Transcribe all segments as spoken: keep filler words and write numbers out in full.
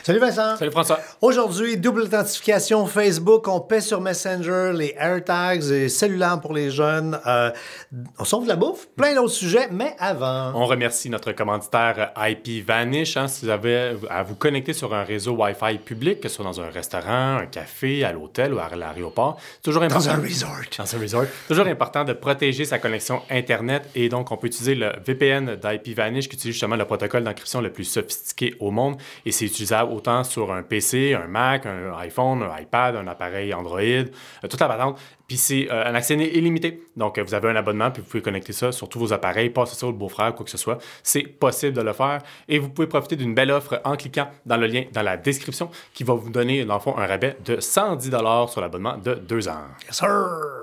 Salut Vincent. Salut François. Aujourd'hui, double authentification Facebook, on paie sur Messenger, les AirTags et cellulaires pour les jeunes. Euh, on sauve la bouffe, plein d'autres sujets, mais avant... On remercie notre commanditaire IPVanish. Hein, si vous avez à vous connecter sur un réseau Wi-Fi public, que ce soit dans un restaurant, un café, à l'hôtel ou à l'aéroport, c'est toujours important... Dans un resort. Dans un resort. Toujours important de protéger sa connexion Internet et donc on peut utiliser le V P N d'IPVanish qui utilise justement le protocole d'encryption le plus sophistiqué au monde et c'est utilisable autant sur un P C, un Mac, un iPhone, un iPad, un appareil Android, euh, toute la patente. Puis c'est euh, un accès illimité. Donc, euh, vous avez un abonnement, puis vous pouvez connecter ça sur tous vos appareils, passer ça au beau-frère, quoi que ce soit. C'est possible de le faire. Et vous pouvez profiter d'une belle offre en cliquant dans le lien dans la description qui va vous donner, dans le fond, un rabais de cent dix dollars sur l'abonnement de deux ans. Yes, sir!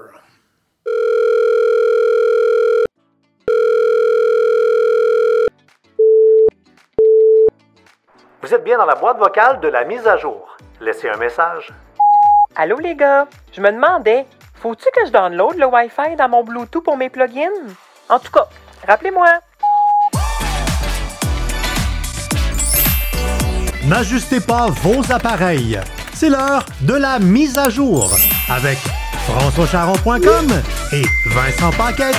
Vous êtes bien dans la boîte vocale de la mise à jour. Laissez un message. Allô les gars, je me demandais, faut-tu que je download le Wi-Fi dans mon Bluetooth pour mes plugins? En tout cas, rappelez-moi. N'ajustez pas vos appareils. C'est l'heure de la mise à jour avec françois charon point com et Vincent Paquette.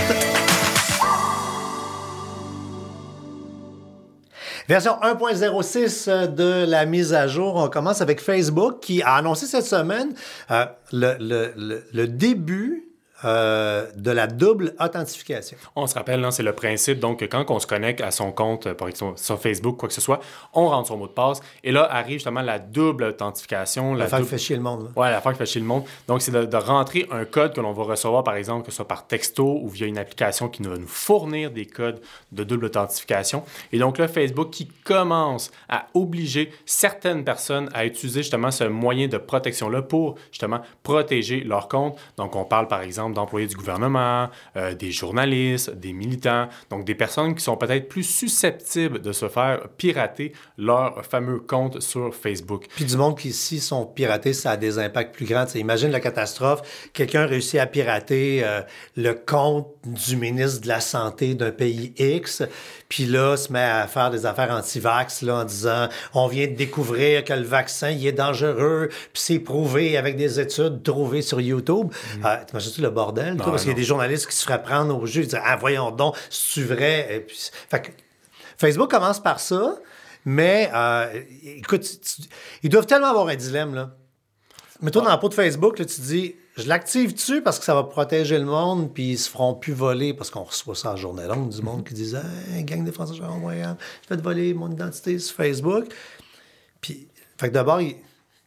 Version un point zéro six de la mise à jour. On commence avec Facebook qui a annoncé cette semaine euh, le, le, le, le début euh, de la double authentification. On se rappelle, hein, c'est le principe. Donc, quand on se connecte à son compte, par exemple, sur Facebook, quoi que ce soit, on rentre son mot de passe. Et là, arrive justement la double authentification. L'affaire double... qui fait chier le monde. Oui, l'affaire qui fait chier le monde. Donc, c'est de, de rentrer un code que l'on va recevoir, par exemple, que ce soit par texto ou via une application qui va nous fournir des codes de double authentification. Et donc là, Facebook qui commence à obliger certaines personnes à utiliser justement ce moyen de protection-là pour justement protéger leur compte. Donc, on parle, par exemple, d'employés du gouvernement, euh, des journalistes, des militants, donc des personnes qui sont peut-être plus susceptibles de se faire pirater leur fameux compte sur Facebook. Puis du monde qui, s'ils sont piratés, ça a des impacts plus grands. T'sais, imagine la catastrophe. Quelqu'un réussit à pirater euh, le compte du ministre de la Santé d'un pays X, puis là, se met à faire des affaires anti-vax là, en disant « On vient de découvrir que le vaccin, il est dangereux, puis c'est prouvé avec des études trouvées sur YouTube. Mm. » euh, T'imagines-tu le bordel, toi? Non, Parce qu'il y a des journalistes qui se feraient prendre au jeu et dire « Ah, voyons donc, c'est-tu vrai? » Et puis, fait que Facebook commence par ça, mais euh, écoute, tu, tu, ils doivent tellement avoir un dilemme, là. Mets-toi ah. dans la peau de Facebook, là, tu te dis « Je l'active-tu parce que ça va protéger le monde, puis ils se feront plus voler, parce qu'on reçoit ça en journée longue, du monde qui disent hey, « Gang des Français, je vais te voler mon identité sur Facebook. » Puis, fait que d'abord, ils,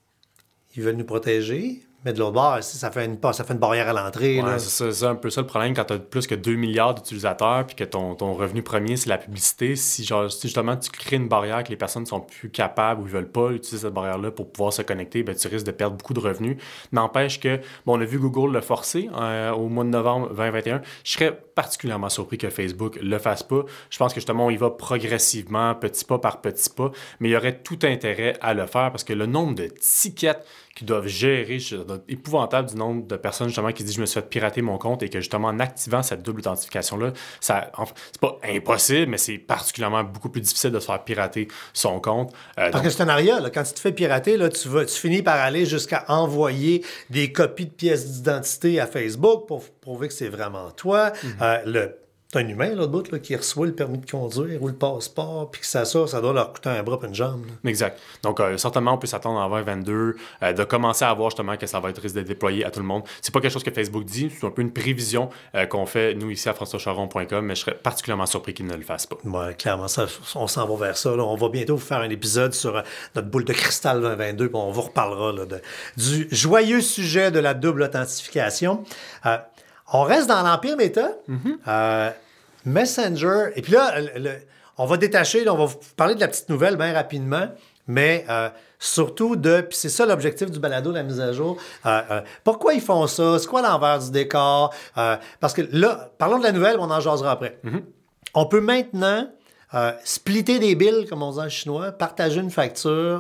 ils veulent nous protéger, mais de l'autre bord, ça fait une, ça fait une barrière à l'entrée. Ouais, là. C'est, ça, c'est un peu ça le problème quand tu as plus que deux milliards d'utilisateurs puis que ton, ton revenu premier, c'est la publicité. Si, genre, si justement tu crées une barrière que les personnes sont plus capables ou ils veulent pas utiliser cette barrière-là pour pouvoir se connecter, ben, tu risques de perdre beaucoup de revenus. N'empêche que, bon, on a vu Google le forcer euh, au mois de novembre vingt vingt et un. Je serais particulièrement surpris que Facebook le fasse pas. Je pense que justement, on y va progressivement, petit pas par petit pas, mais il y aurait tout intérêt à le faire parce que le nombre de tickets qui doivent gérer, c'est épouvantable du nombre de personnes justement qui disent je me suis fait pirater mon compte et que justement en activant cette double authentification-là, ça, enfin, c'est pas impossible, mais c'est particulièrement beaucoup plus difficile de se faire pirater son compte. Euh, Parce donc... que c'est un aria, là, quand tu te fais pirater, là, tu, vas, tu finis par aller jusqu'à envoyer des copies de pièces d'identité à Facebook pour prouver que c'est vraiment toi. Mm-hmm. Euh, le C'est un humain, l'autre bout, là, qui reçoit le permis de conduire ou le passeport, puis que ça sort, ça doit leur coûter un bras et une jambe. Là. Exact. Donc, euh, certainement, on peut s'attendre en vingt vingt-deux euh, de commencer à voir justement que ça va être risque d'être déployé à tout le monde. C'est pas quelque chose que Facebook dit, c'est un peu une prévision euh, qu'on fait, nous, ici, à françois charon point com, mais je serais particulièrement surpris qu'ils ne le fassent pas. Oui, clairement, ça, on s'en va vers ça. Là. On va bientôt vous faire un épisode sur euh, notre boule de cristal vingt vingt-deux, puis on vous reparlera là, de, du joyeux sujet de la double authentification. Euh, on reste dans l'Empire Meta. Mm-hmm. Euh, Messenger, et puis là, le, le, on va détacher, là, on va vous parler de la petite nouvelle bien rapidement, mais euh, surtout de, puis c'est ça l'objectif du balado, la mise à jour, euh, euh, pourquoi ils font ça, c'est quoi l'envers du décor, euh, parce que là, parlons de la nouvelle, on en jasera après. Mm-hmm. On peut maintenant euh, splitter des billes, comme on dit en chinois, partager une facture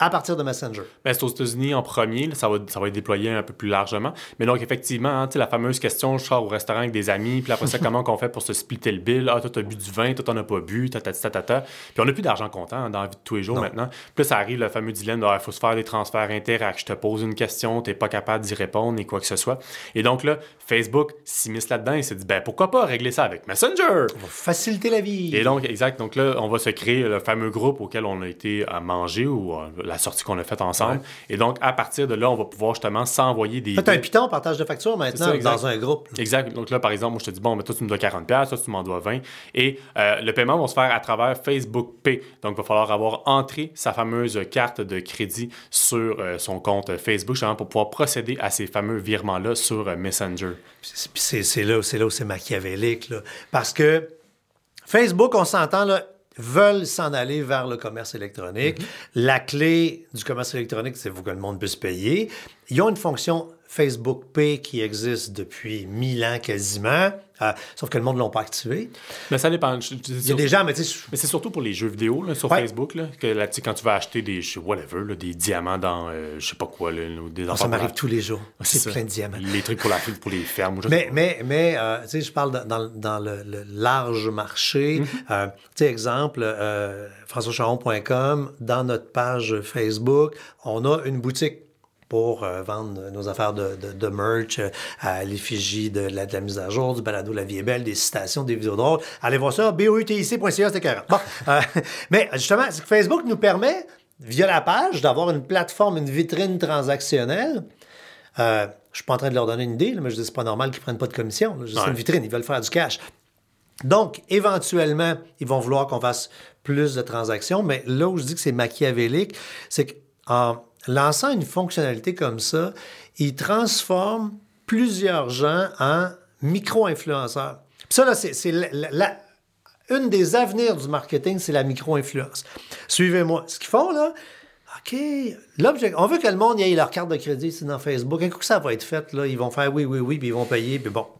à partir de Messenger. Ben, c'est aux États-Unis en premier, là, ça, va, ça va être déployé un peu plus largement. Mais donc, effectivement, hein, la fameuse question, je sors au restaurant avec des amis, puis après ça, comment on fait pour se splitter le bill? Ah, toi, t'as bu du vin, toi, t'en as pas bu, ta, ta, ta, ta, ta. Puis on n'a plus d'argent comptant hein, dans la vie de tous les jours non. maintenant. Puis là, ça arrive le fameux dilemme de, ah, il faut se faire des transferts interact. Je te pose une question, t'es pas capable d'y répondre et quoi que ce soit. Et donc là, Facebook s'immisce là-dedans et s'est dit, ben pourquoi pas régler ça avec Messenger? On va faciliter la vie. Et donc, exact. Donc là, on va se créer le fameux groupe auquel on a été à manger ou euh, la sortie qu'on a faite ensemble. Ouais. Et donc, à partir de là, on va pouvoir justement s'envoyer des... Faites un Python, partage de factures maintenant ça, dans un groupe. Là. Exact. Donc là, par exemple, moi, je te dis, bon, mais toi, tu me dois quarante dollars, toi, tu m'en dois vingt. Et euh, le paiement va se faire à travers Facebook Pay. Donc, il va falloir avoir entré sa fameuse carte de crédit sur euh, son compte Facebook, justement, pour pouvoir procéder à ces fameux virements-là sur euh, Messenger. C'est, c'est, c'est, là, c'est là où c'est machiavélique, là. Parce que Facebook, on s'entend, là, veulent s'en aller vers le commerce électronique. Mm-hmm. La clé du commerce électronique, c'est que le monde puisse payer. Ils ont une fonction Facebook Pay qui existe depuis mille ans quasiment, euh, sauf que le monde ne l'a pas activé. Mais ça dépend. Je, je, Il y a des gens, mais tu sais... Mais c'est surtout pour les jeux vidéo là, sur ouais. Facebook, là, que là, quand tu vas acheter des, whatever, là, des diamants dans, euh, je sais pas quoi, là, des enfants. Ça m'arrive tous les jours. Ouais, c'est, c'est plein de diamants. Les trucs pour, la, pour les fermes. Mais, mais, mais euh, tu sais, je parle dans, dans le, le large marché. Mm-hmm. Euh, tu sais, exemple, euh, françois charon point com, dans notre page Facebook, on a une boutique pour euh, vendre nos affaires de, de, de merch euh, à l'effigie de la, de la mise à jour, du balado La vie est belle, des citations, des vidéos drôles. Allez voir ça, b o u t i c point c a, c'était quarante. Bon, euh, mais justement, Facebook nous permet, via la page, d'avoir une plateforme, une vitrine transactionnelle. Euh, je ne suis pas en train de leur donner une idée, là, mais je dis c'est pas normal qu'ils ne prennent pas de commission. Là. Je dis, ouais. C'est une vitrine, ils veulent faire du cash. Donc, éventuellement, ils vont vouloir qu'on fasse plus de transactions, mais là où je dis que c'est machiavélique, c'est qu'en lançant une fonctionnalité comme ça, il transforme plusieurs gens en micro-influenceurs. Puis ça, là, c'est, c'est la, la, une des avenirs du marketing, c'est la micro-influence. Suivez-moi. Ce qu'ils font, là, OK, l'objectif, on veut que le monde ait leur carte de crédit ici dans Facebook. Un coup que ça va être fait, là, ils vont faire oui, oui, oui, puis ils vont payer, puis bon.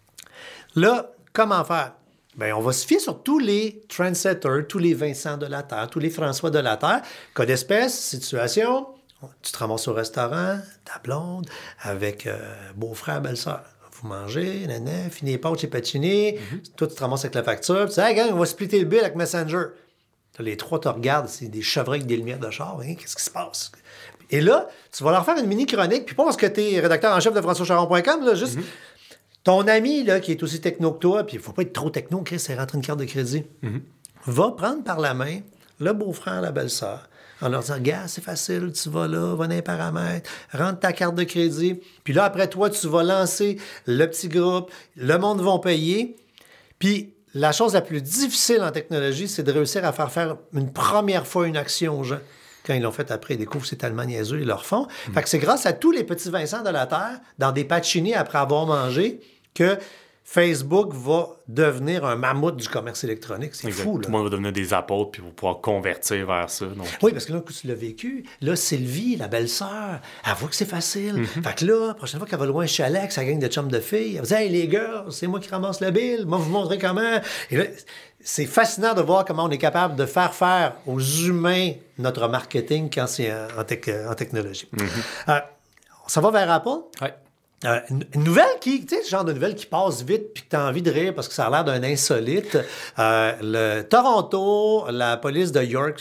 Là, comment faire? Bien, on va se fier sur tous les trendsetters, tous les Vincent de la Terre, tous les François de la Terre. Cas d'espèce, situation... Tu te ramasses au restaurant, ta blonde, avec euh, beau-frère, belle-sœur. Vous mangez, nanana, fini les pâtes chez Pacini. Mm-hmm. Toi, tu te ramasses avec la facture. Tu dis, hey, gang, on va splitter le bill avec Messenger. Les trois te regardent, c'est des chevreuils avec des lumières de char. Hein? Qu'est-ce qui se passe? Et là, tu vas leur faire une mini-chronique. Puis pas parce que tu es rédacteur en chef de françois charon point com, là, juste mm-hmm. ton ami là, qui est aussi techno que toi, puis il ne faut pas être trop techno, Chris, c'est rentrer une carte de crédit. Mm-hmm. Va prendre par la main le beau-frère, la belle-sœur. En leur disant, gars, c'est facile, tu vas là, va dans les paramètres, rentre ta carte de crédit. Puis là, après toi, tu vas lancer le petit groupe, le monde va payer. Puis la chose la plus difficile en technologie, c'est de réussir à faire faire une première fois une action aux gens. Quand ils l'ont fait après, ils découvrent que c'est tellement niaiseux, ils le refont. Mmh. Fait que c'est grâce à tous les petits Vincent de la Terre, dans des Pacini après avoir mangé, que Facebook va devenir un mammouth du commerce électronique. C'est exact. Fou, là. Tout le monde va devenir des apôtres puis va pouvoir convertir vers ça. Donc... Oui, parce que là, quand tu l'as vécu, là, Sylvie, la belle-sœur, elle voit que c'est facile. Mm-hmm. Fait que là, la prochaine fois qu'elle va loin un chalet avec sa gang de chums de filles, elle va dire « Hey, les gars, c'est moi qui ramasse le bill. Moi, vous montrer comment. » Et là, c'est fascinant de voir comment on est capable de faire faire aux humains notre marketing quand c'est en, te- en technologie. Mm-hmm. Euh, ça va vers Apple? Oui. Euh, une nouvelle qui, tu sais, ce genre de nouvelle qui passe vite puis que tu as envie de rire parce que ça a l'air d'un insolite. Euh, le Toronto, la police de York,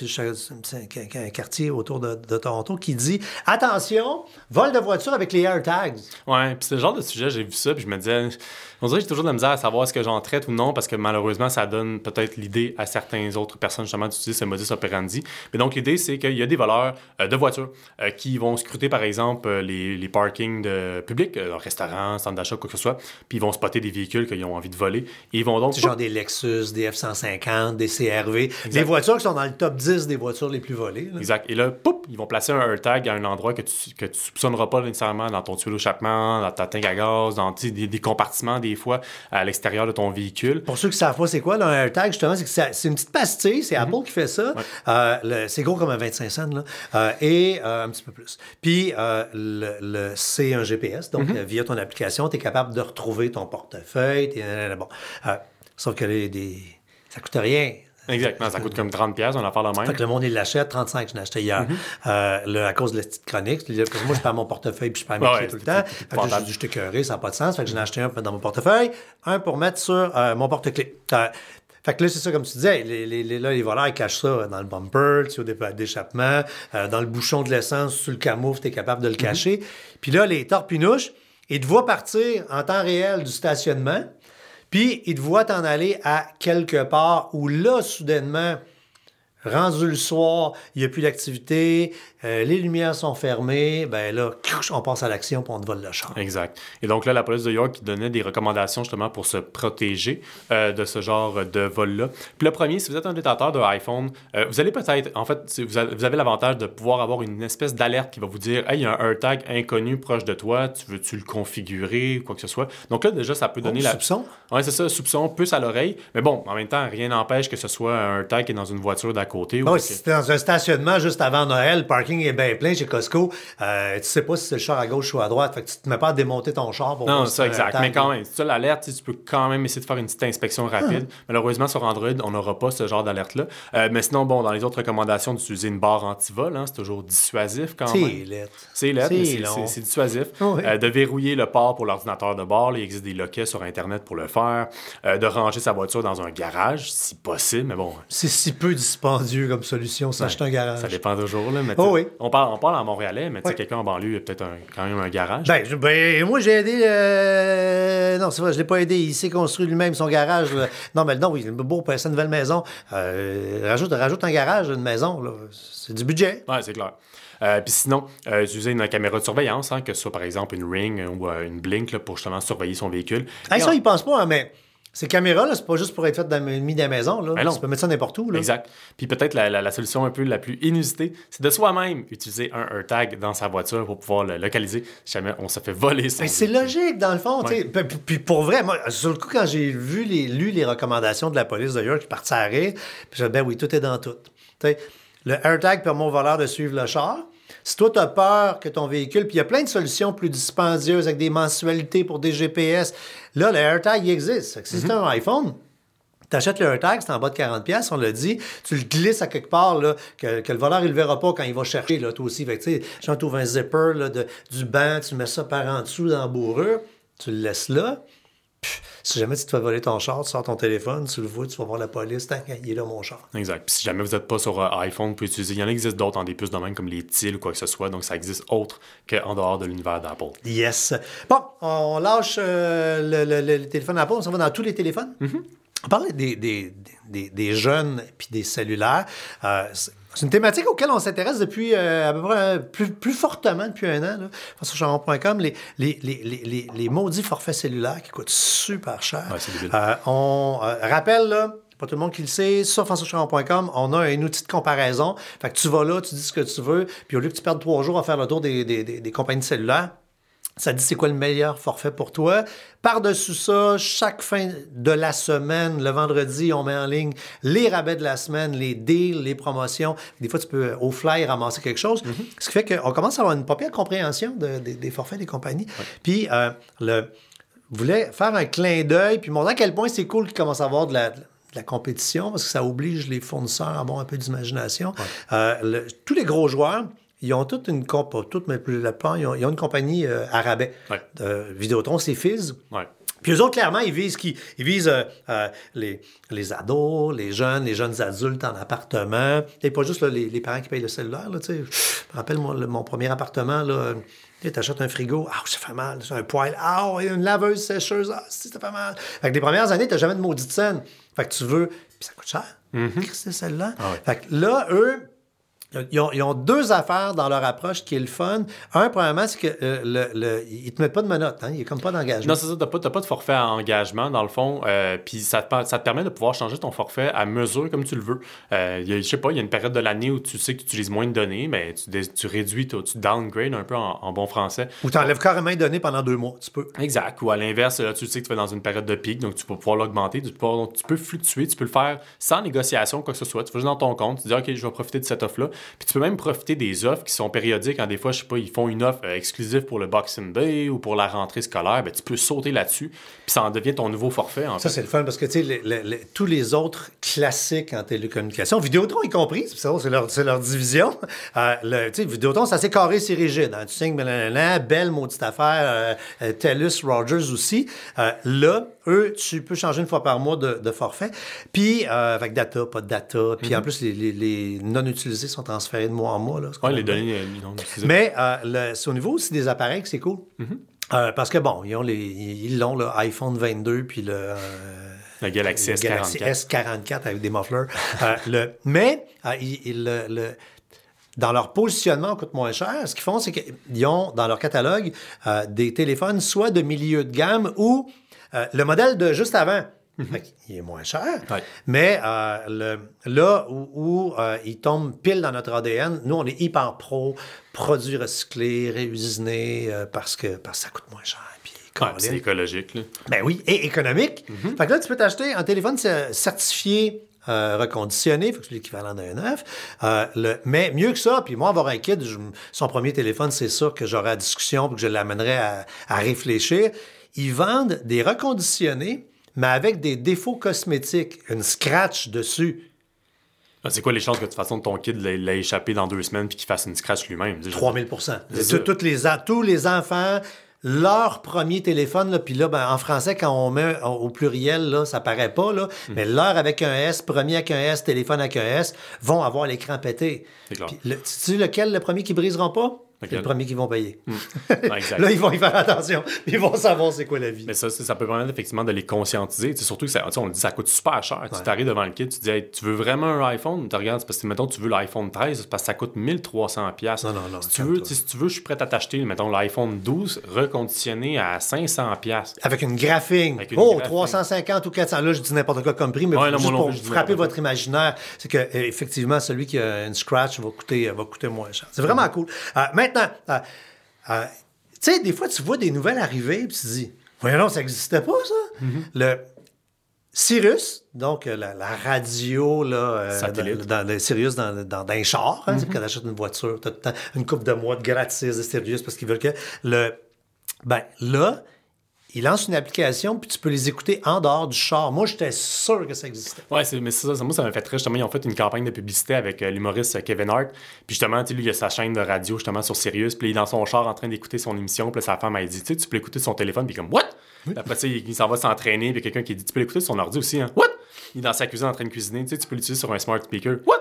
c'est un quartier autour de, de Toronto, qui dit « Attention, vol de voiture avec les AirTags. » Ouais, puis c'est le genre de sujet, j'ai vu ça, puis je me disais... On dirait que j'ai toujours de la misère à savoir est-ce que j'en traite ou non, parce que malheureusement, ça donne peut-être l'idée à certaines autres personnes, justement, d'utiliser ce modus operandi. Mais donc, l'idée, c'est qu'il y a des voleurs euh, de voitures euh, qui vont scruter, par exemple, euh, les, les parkings de publics, euh, restaurants, centres d'achat, quoi que ce soit, puis ils vont spotter des véhicules qu'ils ont envie de voler. Et ils vont donc... C'est genre des Lexus, des F cent cinquante, des C R V, exact. Des voitures qui sont dans le top dix des voitures les plus volées. Là. Exact. Et là, poup, ils vont placer un AirTag à un endroit que tu que tu soupçonneras pas nécessairement dans ton tuyau d'échappement, dans ta tank à gaz, dans des, des compartiments, des fois, à l'extérieur de ton véhicule. Pour ceux qui ne savent pas c'est quoi, là, un AirTag, justement, c'est que c'est, c'est une petite pastille, c'est mm-hmm. Apple qui fait ça. Ouais. Euh, le, c'est gros comme un vingt-cinq cents, là, euh, et euh, un petit peu plus. Puis, euh, le, le, c'est un G P S, donc mm-hmm. euh, via ton application, tu es capable de retrouver ton portefeuille. Bon. Euh, sauf que les, des, ça ne coûte rien. Exactement, ça coûte comme trente dollars, on a affaire la même. Fait que le monde, il l'achète, trente-cinq, je l'ai acheté hier. Mm-hmm. euh, le, à cause de la petite chronique. Parce que moi, je perds mon portefeuille puis je perds mes ouais, clés tout le temps. Fait que là, j'ai dit, je t'ai écœuré, ça n'a pas de sens. Fait que j'en ai acheté un pour mettre dans mon portefeuille, un pour mettre sur euh, mon porte-clés. Euh, Fait que là, c'est ça, comme tu disais, les, les, les, là, les voleurs, ils cachent ça dans le bumper, tu sais, au départ d'échappement, euh, dans le bouchon de l'essence, sur le camoufle, tu es capable de le cacher. Mm-hmm. Puis là, les torpinouches, ils te voient partir en temps réel du stationnement, puis ils te voient t'en aller à quelque part où là, soudainement, rendu le soir, il n'y a plus d'activité, euh, les lumières sont fermées, ben là, on passe à l'action puis on te vole le char. Exact. Et donc là, la police de York qui donnait des recommandations justement pour se protéger euh, de ce genre de vol-là. Puis le premier, si vous êtes un détenteur de iPhone, euh, vous allez peut-être, en fait, vous avez, vous avez l'avantage de pouvoir avoir une espèce d'alerte qui va vous dire « Hey, il y a un AirTag inconnu proche de toi, tu veux-tu le configurer » ou quoi que ce soit. Donc là, déjà, ça peut donner oh, la... soupçon? Oui, c'est ça, soupçon, puce à l'oreille. Mais bon, en même temps, rien n'empêche que ce soit un AirTag qui est dans une voiture d'à côté. Oh, ou si que... t'es dans un stationnement juste avant Noël, le parking est bien plein chez Costco, euh, tu sais pas si c'est le char à gauche ou à droite, fait que tu te mets pas à démonter ton char pour non, voir ça, si exact. Mais quand même, c'est ça l'alerte, tu peux quand même essayer de faire une petite inspection rapide. Ah. Malheureusement, sur Android, on n'aura pas ce genre d'alerte-là. Euh, mais sinon, bon, dans les autres recommandations, d'utiliser une barre anti-vol, hein, c'est toujours dissuasif quand c'est même. C'est lettre. C'est lettre, c'est mais c'est, c'est, c'est dissuasif. Oh, oui. euh, de verrouiller le port pour l'ordinateur de bord, là, il existe des loquets sur Internet pour le faire. Euh, de ranger sa voiture dans un garage, si possible, mais bon. C'est si peu dispendieux comme solution, s'acheter ouais, un garage. Ça dépend toujours, là. Mais oh, oui. on, parle, on parle en Montréalais, mais oui. quelqu'un en banlieue, il y a peut-être un, quand même un garage. Ben, je, ben moi, j'ai aidé. Euh... Non, c'est vrai, je l'ai pas aidé. Il s'est construit lui-même son garage. Là. Non, mais non, oui, beau pour sa nouvelle maison. Euh, rajoute, rajoute un garage, une maison. Là. C'est du budget. Oui, c'est clair. Euh, Puis sinon, euh, utiliser une caméra de surveillance, hein, que ce soit par exemple une Ring ou euh, une Blink là, pour justement surveiller son véhicule. Hey, ça, on... ils pensent pas, hein, mais. Ces caméras-là, c'est pas juste pour être faites dans, mis dans la maison. Là. Tu peux mettre ça n'importe où. Là. Exact. Puis peut-être la, la, la solution un peu la plus inusitée, c'est de soi-même utiliser un AirTag dans sa voiture pour pouvoir le localiser si jamais on se fait voler son. Ben, c'est logique, dans le fond. Ouais. Puis pour vrai, moi, sur le coup, quand j'ai vu les, lu les recommandations de la police d'ailleurs, je suis parti à rire. Puis j'ai dit, ben oui, tout est dans tout. T'sais, le AirTag permet au voleur de suivre le char. Si toi, tu as peur que ton véhicule... Puis il y a plein de solutions plus dispendieuses avec des mensualités pour des G P S. Là, le AirTag, il existe. Si mm-hmm. c'est un iPhone, tu achètes le AirTag, c'est en bas de quarante dollars, on l'a dit. Tu le glisses à quelque part, là, que, que le voleur, il ne le verra pas quand il va chercher, là, toi aussi. Fait que, tu sais, genre, tu ouvres un zipper là, de, du banc, tu mets ça par en dessous dans la bourrure, tu le laisses là. Pff, si jamais tu te fais voler ton char, tu sors ton téléphone, tu le vois, tu vas voir la police, tant qu'il est là, mon char. Exact. Puis si jamais vous n'êtes pas sur uh, iPhone, vous pouvez utiliser. Il y en existe d'autres en des puces de même, comme les T I L ou quoi que ce soit. Donc, ça existe autre qu'en dehors de l'univers d'Apple. Yes. Bon, on lâche euh, le, le, le, le téléphone Apple, on s'en va dans tous les téléphones. Mm-hmm. On parlait des, des, des, des jeunes puis des cellulaires. Euh, c'est, c'est une thématique auquel on s'intéresse depuis euh, à peu près euh, plus, plus fortement depuis un an. Là. Sur charbon point com, les, les, les, les, les maudits forfaits cellulaires qui coûtent super cher. Ouais, c'est débile. Euh, on euh, rappelle, là, pas tout le monde qui le sait, sur françois charbon point com, on a un outil de comparaison. Fait que tu vas là, tu dis ce que tu veux, puis au lieu que tu perdes trois jours à faire le tour des, des, des, des compagnies cellulaires, ça dit c'est quoi le meilleur forfait pour toi. Par-dessus ça, chaque fin de la semaine, le vendredi, on met en ligne les rabais de la semaine, les deals, les promotions. Des fois, tu peux au fly ramasser quelque chose. Mm-hmm. Ce qui fait qu'on commence à avoir une pas pire compréhension de, de, des forfaits des compagnies. Ouais. Puis, euh, le voulait faire un clin d'œil, puis montrer à quel point c'est cool qu'il commence à avoir de la... de la compétition, parce que ça oblige les fournisseurs à avoir un peu d'imagination. Ouais. Euh, le, tous les gros joueurs, ils ont toute une comp, pas toutes, mais plus la plupart, ils ont, ils ont une compagnie euh, à rabais. Ouais. Euh, Vidéotron, c'est Fizz. Ouais. Puis eux autres, clairement, ils visent qui? Ils visent euh, euh, les, les ados, les jeunes, les jeunes adultes en appartement. Et pas juste là, les, les parents qui payent le cellulaire. Là, je me rappelle moi, le, mon premier appartement, là, tu achètes un frigo, ah, ça fait mal. C'est un poêle, ah, une laveuse sécheuse, ah, ça fait mal. Fait que les premières années, tu n'as jamais de maudite scène. Fait que tu veux, puis ça coûte cher. Mm-hmm. C'est celle-là. Ah ouais. Fait que là, eux, Ils ont, ils ont deux affaires dans leur approche qui est le fun. Un, premièrement, c'est qu'ils euh, le, le, ils te mettent pas de menottes. Hein? Il n'y a comme pas d'engagement. Non, c'est ça. Tu n'as pas, pas de forfait à engagement, dans le fond. Euh, Puis ça te, ça te permet de pouvoir changer ton forfait à mesure comme tu le veux. Euh, y a, je sais pas, il y a une période de l'année où tu sais que tu utilises moins de données, mais tu, tu réduis, tu, tu downgrades un peu en, en bon français. Ou tu enlèves carrément les données pendant deux mois. Tu peux. Exact. Ou à l'inverse, là, tu sais que tu vas dans une période de pic, donc tu peux pouvoir l'augmenter. Tu peux, donc, tu peux fluctuer. Tu peux le faire sans négociation, quoi que ce soit. Tu vas juste dans ton compte, tu dis, OK, je vais profiter de cette offre-là. Puis tu peux même profiter des offres qui sont périodiques. Quand des fois, je sais pas, ils font une offre euh, exclusive pour le Boxing Day ou pour la rentrée scolaire, ben, tu peux sauter là-dessus, puis ça en devient ton nouveau forfait, en Ça, fait. c'est le fun parce que, tu sais, les- les- les- tous les autres classiques en télécommunication, Vidéotron y compris, c'est ça, c'est leur, c'est leur division. Euh, le- tu sais, Vidéotron, c'est assez carré, c'est rigide. Hein. Tu signes, blablabla, belle maudite affaire, euh, euh, TELUS, Rogers aussi. Euh, là, eux, tu peux changer une fois par mois de, de forfait. Puis, euh, avec data, pas de data. Puis, en plus, les, les- les non utilisés sont transférés de mois en mois. Là, Ouais, les données, euh, non utilisées. Mais euh, le- c'est au niveau aussi des appareils que c'est cool. Euh, parce que, bon, ils ont les, ils l'ont, le iPhone vingt-deux, puis le... euh, Le Galaxy le S Galaxy quarante-quatre. S quarante-quatre avec des mufflers. Euh, le, mais euh, ils- ils- le, le- dans leur positionnement, coûte moins cher. Ce qu'ils font, c'est qu'ils ont dans leur catalogue euh, des téléphones soit de milieu de gamme ou euh, le modèle de juste avant. Fait qu'il est moins cher. Ouais. Mais euh, le, là où, où, euh, il tombe pile dans notre A D N, nous, on est hyper pro, produits recyclés, réusinés, euh, parce, que, parce que ça coûte moins cher. Puis, Ouais, Colin. c'est écologique, là. Ben oui, et économique. Fait que là, tu peux t'acheter un téléphone cer- certifié, euh, reconditionné, faut que c'est l'équivalent d'un neuf. Euh, le, mais mieux que ça, puis moi, avoir un kid, je- son premier téléphone, c'est sûr que j'aurai la discussion puis que je l'amènerai à, à réfléchir. Ils vendent des reconditionnés, mais avec des défauts cosmétiques, une scratch dessus. Ah, c'est quoi les chances que de toute façon ton kid l'ait, l'ait échappé dans deux semaines puis qu'il fasse une scratch lui-même? Je veux trois dire. mille pour cent. C'est Tout- ça. toutes les, en- tous les enfants, leur premier téléphone, là, puis là, ben, en français, quand on met au au pluriel, là, ça paraît pas, là, Hmm. mais leur avec un S, premier avec un S, téléphone avec un S, vont avoir l'écran pété. C'est clair. Puis le- sais-tu lequel, le premier qui briseront pas? C'est Lequel? le premier qui vont payer. Ouais, exact. Là, ils vont y faire attention. Ils vont savoir c'est quoi la vie. Mais ça, ça, ça peut permettre effectivement de les conscientiser. Tu sais, surtout que ça, tu sais, on le dit, ça coûte super cher. Tu t'arrives devant le kit, tu dis, hey, tu veux vraiment un iPhone? Tu regardes, c'est parce que, mettons, tu veux l'iPhone treize, c'est parce que ça coûte mille trois cents dollars. Non, non, non, Si tu, veux, calme-toi. tu sais, si tu veux, je suis prêt à t'acheter, mettons, l'iPhone douze reconditionné à cinq cents dollars. Avec une graphing. Avec une oh, graphing. trois cent cinquante ou quatre cents. Là, je dis n'importe quoi comme prix, mais Ouais, non, juste moi non pour plus, je dis frapper n'importe votre imaginaire, c'est que euh, effectivement, celui qui a une scratch va coûter, va coûter moins cher. C'est vraiment cool. Euh, maintenant, euh, euh, tu sais, des fois, tu vois des nouvelles arriver, puis tu te dis, voyons, non, ça n'existait pas, ça. Le Sirius, donc euh, la, la radio, là, euh, Satellite. dans, dans le Sirius, dans, dans, dans un char, hein, c'est quand tu achètes une voiture, tu as une coupe de mois de gratis de Sirius parce qu'ils veulent que le. Ben, là, ils lancent une application, puis tu peux les écouter en dehors du char. Moi, j'étais sûr que ça existait. Ouais, c'est, mais ça, ça, moi, ça m'a fait très. Justement, ils ont fait une campagne de publicité avec euh, l'humoriste euh, Kevin Hart. Puis justement, tu sais, lui, il a sa chaîne de radio, justement, sur Sirius. Puis il est dans son char en train d'écouter son émission. Puis là, sa femme, elle dit, tu sais, tu peux l'écouter de son téléphone. Puis comme, what? Puis après ça, il, il s'en va s'entraîner. Puis quelqu'un qui dit, tu peux l'écouter de son ordi aussi, hein? What? Il est dans sa cuisine en train de cuisiner. Tu sais, tu peux l'utiliser sur un smart speaker. What?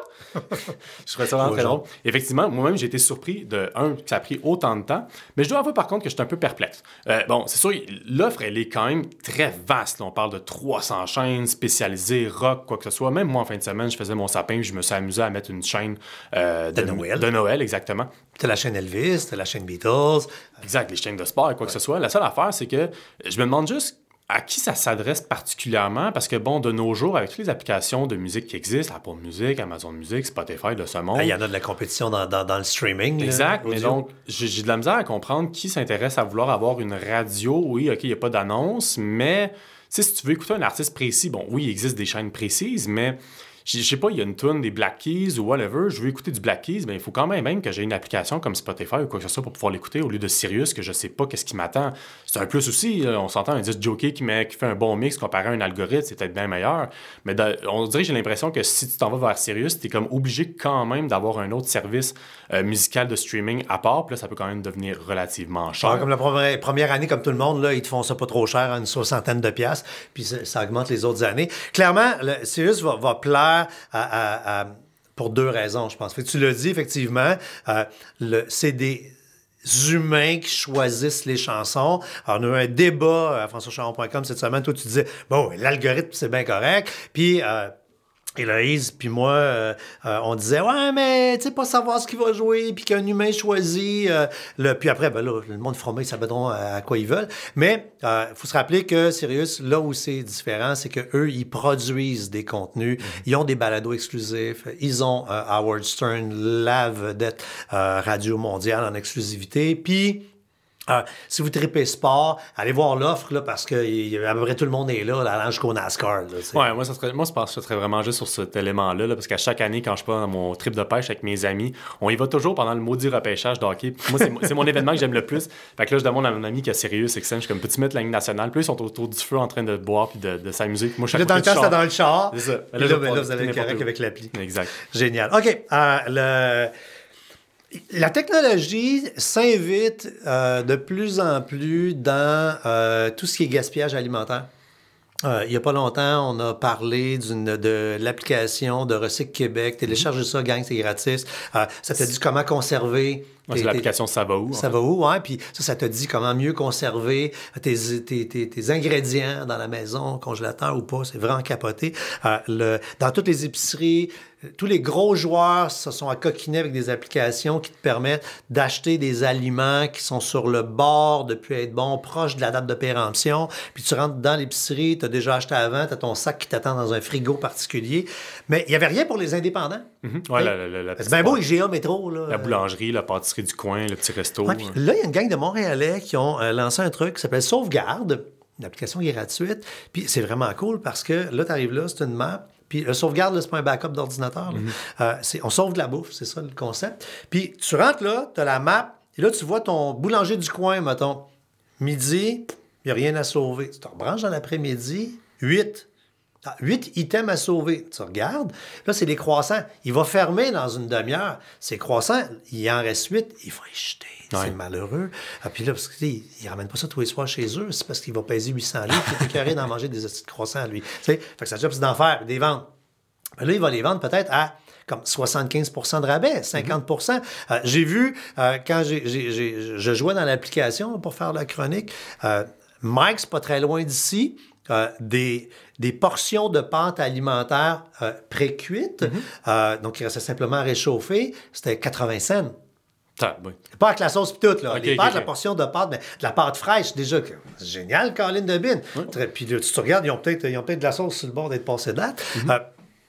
Je trouvais ça vraiment Ouais, très genre. drôle. Effectivement, moi-même, j'ai été surpris de, un, que ça a pris autant de temps. Mais je dois avouer, par contre, que j'étais un peu perplexe. Euh, bon, c'est sûr, l'offre, elle est quand même très vaste. Là. On parle de trois cents chaînes spécialisées, rock, quoi que ce soit. Même moi, en fin de semaine, je faisais mon sapin et je me suis amusé à mettre une chaîne euh, De Noël. De Noël, exactement. T'as la chaîne Elvis, t'as la chaîne Beatles. Exact, les chaînes de sport et quoi que ce soit. La seule affaire, c'est que je me demande juste à qui ça s'adresse particulièrement, parce que, bon, de nos jours, avec toutes les applications de musique qui existent, Apple Music, Amazon Music, Spotify, de ce monde... Il y en a de la compétition dans, dans, dans le streaming. là, Exact, mais audio. donc, j'ai j'ai de la misère à comprendre qui s'intéresse à vouloir avoir une radio. Oui, OK, il n'y a pas d'annonce, mais tu sais, si tu veux écouter un artiste précis, bon, oui, il existe des chaînes précises, mais je je sais pas, il y a une tune des Black Keys ou whatever, je veux écouter du Black Keys, mais il faut quand même même que j'ai une application comme Spotify ou quoi que ce soit pour pouvoir l'écouter au lieu de Sirius, que je sais pas qu'est-ce qui m'attend. C'est un plus aussi, là, on s'entend un disque jockey qui, met, qui fait un bon mix comparé à un algorithme, c'est peut-être bien meilleur, mais de- on dirait que j'ai l'impression que si tu t'en vas vers Sirius, tu es comme obligé quand même d'avoir un autre service euh, musical de streaming à part, puis là, ça peut quand même devenir relativement cher. Ah, comme la première, première année, comme tout le monde, là, ils te font ça pas trop cher, à une soixantaine de piastres, puis ça, ça augmente les autres années. Clairement, le Sirius va, va plaire à, à- à- pour deux raisons, je pense. Fait que tu l'as dit, effectivement, euh, le, c'est des humains qui choisissent les chansons. Alors, on a eu un débat à françois charon point com cette semaine. Toi, tu disais, bon, l'algorithme, c'est bien correct. Puis... Euh, Héloïse, puis moi, euh, euh, on disait, ouais, mais tu sais, pas savoir ce qu'il va jouer, puis qu'un humain choisit. Euh, le... Puis après, ben là, le monde fromé, ils s'abonneront à, à quoi ils veulent. Mais il euh, faut se rappeler que Sirius, là où c'est différent, c'est qu'eux, ils produisent des contenus. Mm-hmm. Ils ont des balados exclusifs. Ils ont euh, Howard Stern, la vedette euh, radio mondiale en exclusivité. Puis, Euh, si vous tripez sport, allez voir l'offre là, parce que y, à peu près tout le monde est là, là allant jusqu'au NASCAR. Là, ouais, moi, ça serait, moi, je pense que ce serait vraiment juste sur cet élément-là, là, parce qu'à chaque année, quand je pars dans mon trip de pêche avec mes amis, on y va toujours pendant le maudit repêchage de hockey. Moi, c'est, c'est mon événement que j'aime le plus. Fait que là, je demande à mon ami qui est sérieux, c'est que je suis comme, peux-tu mettre la Ligue nationale? Puis ils sont autour du feu en train de boire puis de, de s'amuser. Puis moi, chaque là, dans le temps, c'était dans le char. C'est ça. Là, là, là, là, vous allez être correct avec l'appli. Exact. Génial. OK. Euh, le... La technologie s'invite euh, de plus en plus dans euh, tout ce qui est gaspillage alimentaire. Euh, il n'y a pas longtemps, on a parlé d'une, de l'application de Recycle Québec. Téléchargez ça, gang, c'est gratis. Euh, ça te dit comment conserver. Ouais, c'est l'application Ça va où? Ça va où, oui. Puis ça, ça te dit comment mieux conserver tes, tes, tes, tes ingrédients dans la maison, congélateur ou pas. C'est vraiment capoté. Euh, le, dans toutes les épiceries, tous les gros joueurs se sont accoquinés avec des applications qui te permettent d'acheter des aliments qui sont sur le bord de plus être bons, proches de la date de péremption. Puis tu rentres dans l'épicerie, tu as déjà acheté avant, tu as ton sac qui t'attend dans un frigo particulier. Mais il n'y avait rien pour les indépendants. Mm-hmm. Ouais, la, la, la c'est bien beau, I G A Métro. Là. La boulangerie, la pâtisserie du coin, le petit resto. Ouais, là, il y a une gang de Montréalais qui ont euh, lancé un truc qui s'appelle Sauvegarde, une application qui est gratuite. Puis c'est vraiment cool parce que là, tu arrives là, c'est une map. Puis le sauvegarde, là, c'est pas un backup d'ordinateur. Mm-hmm. Euh, c'est, on sauve de la bouffe, c'est ça le concept. Puis tu rentres là, tu as la map, et là, tu vois ton boulanger du coin, mettons, midi, il n'y a rien à sauver. Tu te rebranches dans l'après-midi, huit. Ah, huit items à sauver. Tu regardes, là, c'est les croissants. Il va fermer dans une demi-heure. Ces croissants, il en reste huit, il faut les jeter. Ouais. C'est malheureux. Ah, puis là, parce qu'il ne ramène pas ça tous les soirs chez eux, c'est parce qu'il va peser huit cents livres, il est écœuré d'en manger des petits croissants à lui. Tu sais, fait que sa job, c'est d'en faire, des ventes. Ben là, il va les vendre peut-être à comme soixante-quinze pour cent de rabais, cinquante pour cent. Mm-hmm. Euh, j'ai vu, euh, quand j'ai, j'ai, j'ai, je jouais dans l'application pour faire la chronique, euh, Mike, c'est pas très loin d'ici, Euh, des, des portions de pâte alimentaire euh, pré-cuites, mm-hmm. euh, donc il restait simplement à réchauffer, c'était quatre-vingts cents. Ah, oui. Pas avec la sauce pis tout, là. Okay, les pâtes, okay, la portion de pâte, mais de la pâte fraîche, déjà, c'est génial, Colin de Bin. Oui. Puis là, tu te regardes, ils ont, peut-être, ils ont peut-être de la sauce sur le bord d'être passé de date. Mm-hmm. Euh,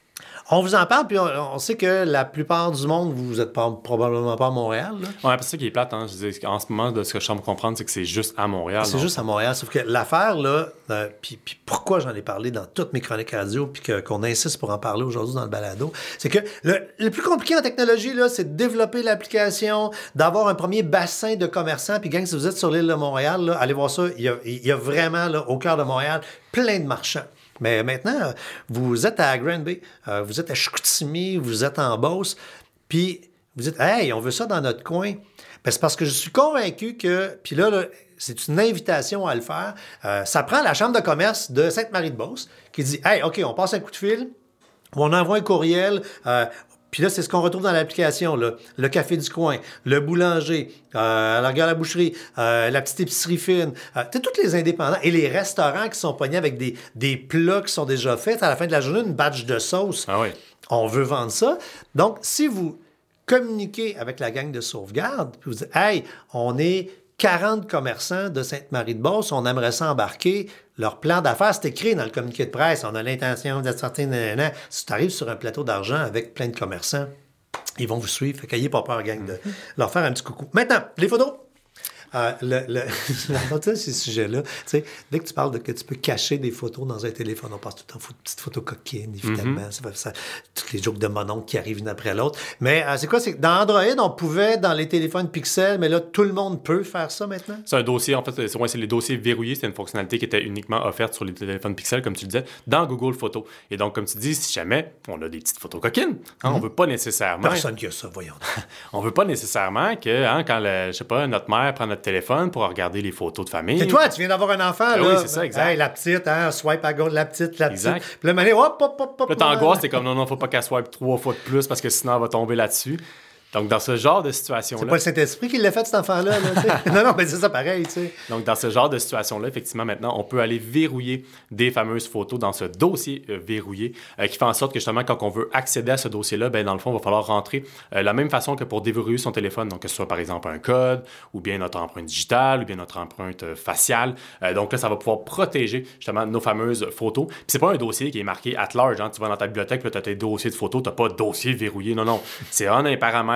On vous en parle, puis on, on sait que la plupart du monde, vous n'êtes pas, probablement pas à Montréal. Oui, c'est ça qui est plate. Hein. Je dis, en ce moment, de ce que je semble comprendre, c'est que c'est juste à Montréal. C'est non? juste à Montréal. Sauf que l'affaire, là, euh, puis, puis pourquoi j'en ai parlé dans toutes mes chroniques radio, puis que, qu'on insiste pour en parler aujourd'hui dans le balado, c'est que le, le plus compliqué en technologie, là, c'est de développer l'application, d'avoir un premier bassin de commerçants. Puis, gang, si vous êtes sur l'île de Montréal, là, allez voir ça. Il y a, il y a vraiment, là, au cœur de Montréal, plein de marchands. Mais maintenant, vous êtes à Granby, euh, vous êtes à Chicoutimi, vous êtes en Beauce, puis vous dites « Hey, on veut ça dans notre coin. » Ben, c'est parce que je suis convaincu que, puis là, là, c'est une invitation à le faire. Euh, ça prend la Chambre de commerce de Sainte-Marie-de-Beauce qui dit « Hey, OK, on passe un coup de fil, on envoie un courriel, euh, puis là, c'est ce qu'on retrouve dans l'application, là. Le café du coin, le boulanger, euh, la gare à la boucherie, euh, la petite épicerie fine. Euh, tu sais, tous les indépendants et les restaurants qui sont pognés avec des, des plats qui sont déjà faits. À la fin de la journée, une batch de sauce. Ah oui. On veut vendre ça. Donc, si vous communiquez avec la gang de sauvegarde, puis vous dites « Hey, on est quarante commerçants de Sainte-Marie-de-Beauce, on aimerait s'embarquer. » Leur plan d'affaires, c'est écrit dans le communiqué de presse. On a l'intention d'être sorti. Nanana. Si tu arrives sur un plateau d'argent avec plein de commerçants, ils vont vous suivre. Fait qu'ayez pas peur, gang, de leur faire un petit coucou. Maintenant, les photos. Euh, le, le, j'entends ces sujets-là. Tu sais, dès que tu parles de que tu peux cacher des photos dans un téléphone, on passe tout le temps de petites photos coquines, évidemment. Mm-hmm. Ça, ça, toutes les jokes de mon oncle qui arrivent une après l'autre. Mais euh, c'est quoi? C'est que dans Android, on pouvait, dans les téléphones Pixel, mais là, tout le monde peut faire ça maintenant? C'est un dossier, en fait, c'est, ouais, c'est les dossiers verrouillés. C'est une fonctionnalité qui était uniquement offerte sur les téléphones Pixel, comme tu le disais, dans Google Photos. Et donc, comme tu dis, si jamais on a des petites photos coquines, hein, mm-hmm. on veut pas nécessairement... Personne qui a ça, voyons. On veut pas nécessairement que, hein, quand, le, je sais pas, notre mère prend notre téléphone pour regarder les photos de famille. C'est toi, tu viens d'avoir un enfant, ben là. Oui, c'est ça, exact. Hey, la petite, hein, swipe à gauche, la petite, la exact. petite. Puis là, mané, hop, hop, hop, hop. Là, t'angoisses, t'es comme, non, non, faut pas qu'elle swipe trois fois de plus parce que sinon, elle va tomber là-dessus. Donc, dans ce genre de situation-là... C'est pas le Saint-Esprit qui l'a fait, cet enfant-là. Là, non, non, mais c'est ça pareil, tu sais. Donc, dans ce genre de situation-là, effectivement, maintenant, on peut aller verrouiller des fameuses photos dans ce dossier euh, verrouillé euh, qui fait en sorte que, justement, quand on veut accéder à ce dossier-là, ben dans le fond, il va falloir rentrer euh, la même façon que pour déverrouiller son téléphone. Donc, que ce soit, par exemple, un code ou bien notre empreinte digitale ou bien notre empreinte euh, faciale. Euh, donc là, ça va pouvoir protéger, justement, nos fameuses photos. Puis c'est pas un dossier qui est marqué « at large hein. ». Tu vas dans ta bibliothèque, là, tu as tes dossiers de photos, tu n'as pas de dossier verrouillé. Non, non. C'est un des paramètres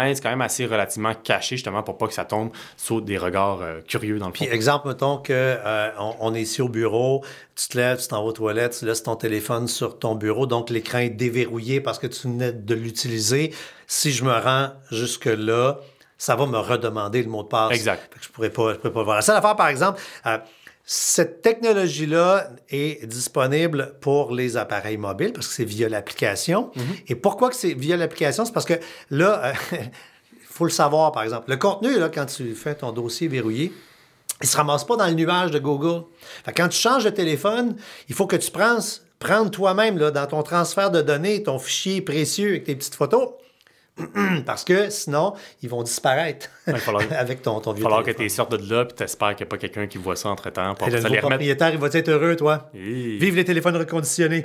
mais c'est quand même assez relativement caché, justement, pour pas que ça tombe sur des regards euh, curieux, dans le fond. Puis, exemple, mettons qu'on euh, on est ici au bureau, tu te lèves, tu t'en vas aux toilettes, tu laisses ton téléphone sur ton bureau, donc l'écran est déverrouillé parce que tu venais de l'utiliser. Si je me rends jusque-là, ça va me redemander le mot de passe. Exact. Fait que je pourrais pas, je pourrais pas le voir. La seule affaire, par exemple, euh, cette technologie-là est disponible pour les appareils mobiles parce que c'est via l'application. Mm-hmm. Et pourquoi que c'est via l'application? C'est parce que là, il euh, faut le savoir, par exemple. Le contenu, là, quand tu fais ton dossier verrouillé, il ne se ramasse pas dans le nuage de Google. Fait que quand tu changes de téléphone, il faut que tu prennes, prennes toi-même là, dans ton transfert de données, ton fichier précieux avec tes petites photos. Parce que sinon, ils vont disparaître ouais, falloir, avec ton, ton vieux téléphone. Il va falloir que tu sortes de là et tu espères qu'il n'y a pas quelqu'un qui voit ça entre-temps. Pour Et le nouveau les propriétaire, remettre... il va être heureux, toi. Et... Vive les téléphones reconditionnés.